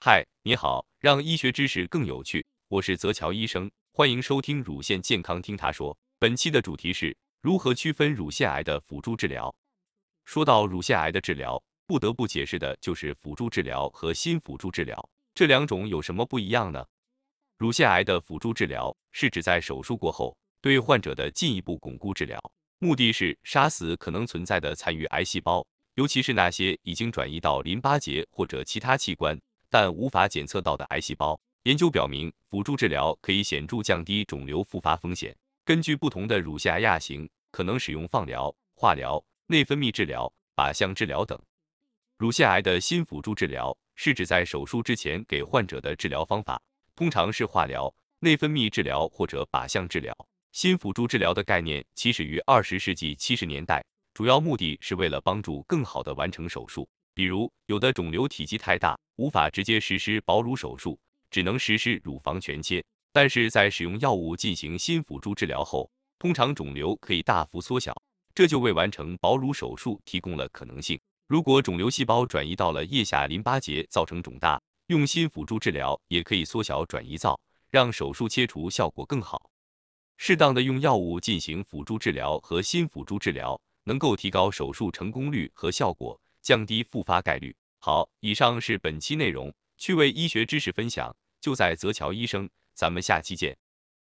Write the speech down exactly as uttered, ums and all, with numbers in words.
嗨，你好，让医学知识更有趣，我是泽乔医生，欢迎收听乳腺健康听他说。本期的主题是如何区分乳腺癌的辅助治疗。说到乳腺癌的治疗，不得不解释的就是辅助治疗和新辅助治疗，这两种有什么不一样呢？乳腺癌的辅助治疗是指在手术过后对患者的进一步巩固治疗，目的是杀死可能存在的残余癌细胞，尤其是那些已经转移到淋巴结或者其他器官但无法检测到的癌细胞。研究表明，辅助治疗可以显著降低肿瘤复发风险。根据不同的乳腺癌亚型，可能使用放疗、化疗、内分泌治疗、靶向治疗等。乳腺癌的新辅助治疗是指在手术之前给患者的治疗方法，通常是化疗、内分泌治疗或者靶向治疗。新辅助治疗的概念起始于二十世纪七十年代，主要目的是为了帮助更好地完成手术。比如，有的肿瘤体积太大，无法直接实施保乳手术，只能实施乳房全切。但是在使用药物进行新辅助治疗后，通常肿瘤可以大幅缩小，这就为完成保乳手术提供了可能性。如果肿瘤细胞转移到了腋下淋巴结，造成肿大，用新辅助治疗也可以缩小转移灶，让手术切除效果更好。适当的用药物进行辅助治疗和新辅助治疗，能够提高手术成功率和效果，降低复发概率。好，以上是本期内容，趣味医学知识分享，就在泽乔医生，咱们下期见。